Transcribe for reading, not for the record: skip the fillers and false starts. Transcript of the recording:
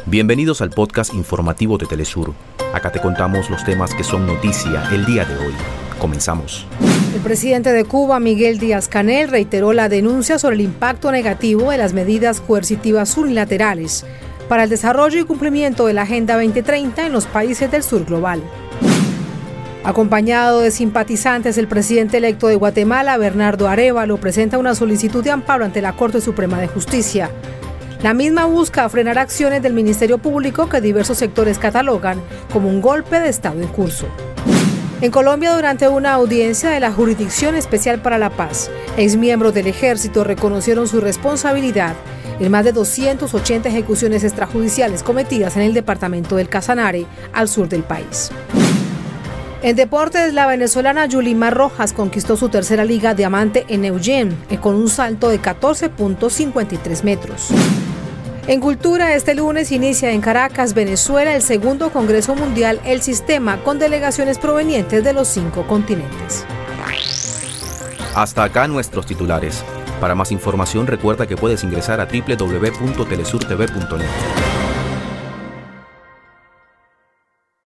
Bienvenidos al podcast informativo de Telesur. Acá te contamos los temas que son noticia el día de hoy. Comenzamos. El presidente de Cuba, Miguel Díaz-Canel, reiteró la denuncia sobre el impacto negativo de las medidas coercitivas unilaterales para el desarrollo y cumplimiento de la Agenda 2030 en los países del sur global. Acompañado de simpatizantes, el presidente electo de Guatemala, Bernardo Arévalo, presenta una solicitud de amparo ante la Corte Suprema de Justicia. La misma busca frenar acciones del Ministerio Público que diversos sectores catalogan como un golpe de Estado en curso. En Colombia, durante una audiencia de la Jurisdicción Especial para la Paz, exmiembros del Ejército reconocieron su responsabilidad en más de 280 ejecuciones extrajudiciales cometidas en el departamento del Casanare, al sur del país. En deportes, la venezolana Yulimar Rojas conquistó su tercera liga diamante en Eugene, con un salto de 14.53 metros. En cultura, este lunes inicia en Caracas, Venezuela, el segundo Congreso Mundial El Sistema, con delegaciones provenientes de los 5 continentes. Hasta acá nuestros titulares. Para más información recuerda que puedes ingresar a www.telesurtv.net.